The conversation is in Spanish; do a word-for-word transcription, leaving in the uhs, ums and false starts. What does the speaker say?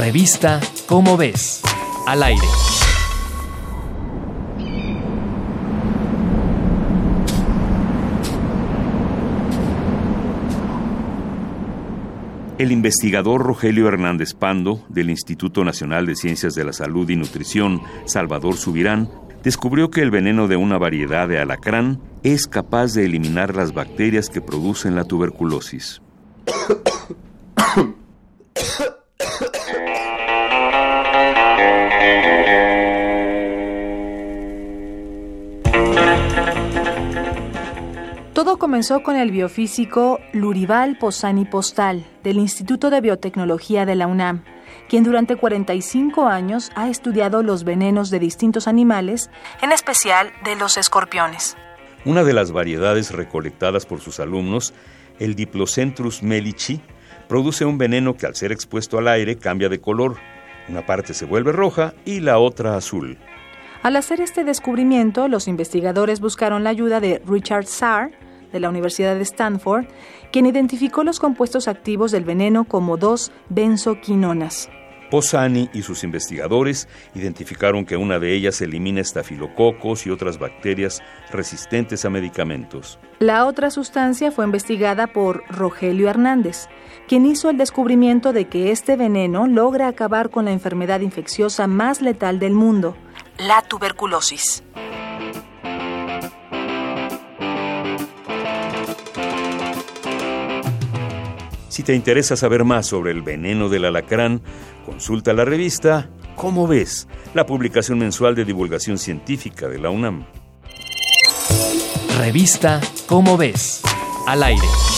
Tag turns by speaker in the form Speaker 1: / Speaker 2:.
Speaker 1: Revista Cómo Ves, al aire.
Speaker 2: El investigador Rogelio Hernández Pando, del Instituto Nacional de Ciencias de la Salud y Nutrición, Salvador Subirán, descubrió que el veneno de una variedad de alacrán es capaz de eliminar las bacterias que producen la tuberculosis.
Speaker 3: Todo comenzó con el biofísico Lurival Posani Postal, del Instituto de Biotecnología de la UNAM, quien durante cuarenta y cinco años ha estudiado los venenos de distintos animales, en especial de los escorpiones.
Speaker 2: Una de las variedades recolectadas por sus alumnos, el Diplocentrus melichi, produce un veneno que al ser expuesto al aire cambia de color. Una parte se vuelve roja y la otra azul.
Speaker 3: Al hacer este descubrimiento, los investigadores buscaron la ayuda de Richard Sarr, de la Universidad de Stanford, quien identificó los compuestos activos del veneno como dos benzoquinonas.
Speaker 2: Posani y sus investigadores identificaron que una de ellas elimina estafilococos y otras bacterias resistentes a medicamentos.
Speaker 3: La otra sustancia fue investigada por Rogelio Hernández, quien hizo el descubrimiento de que este veneno logra acabar con la enfermedad infecciosa más letal del mundo, la tuberculosis.
Speaker 2: Si te interesa saber más sobre el veneno del alacrán, consulta la revista Cómo Ves, la publicación mensual de divulgación científica de la UNAM.
Speaker 1: Revista Cómo Ves, al aire.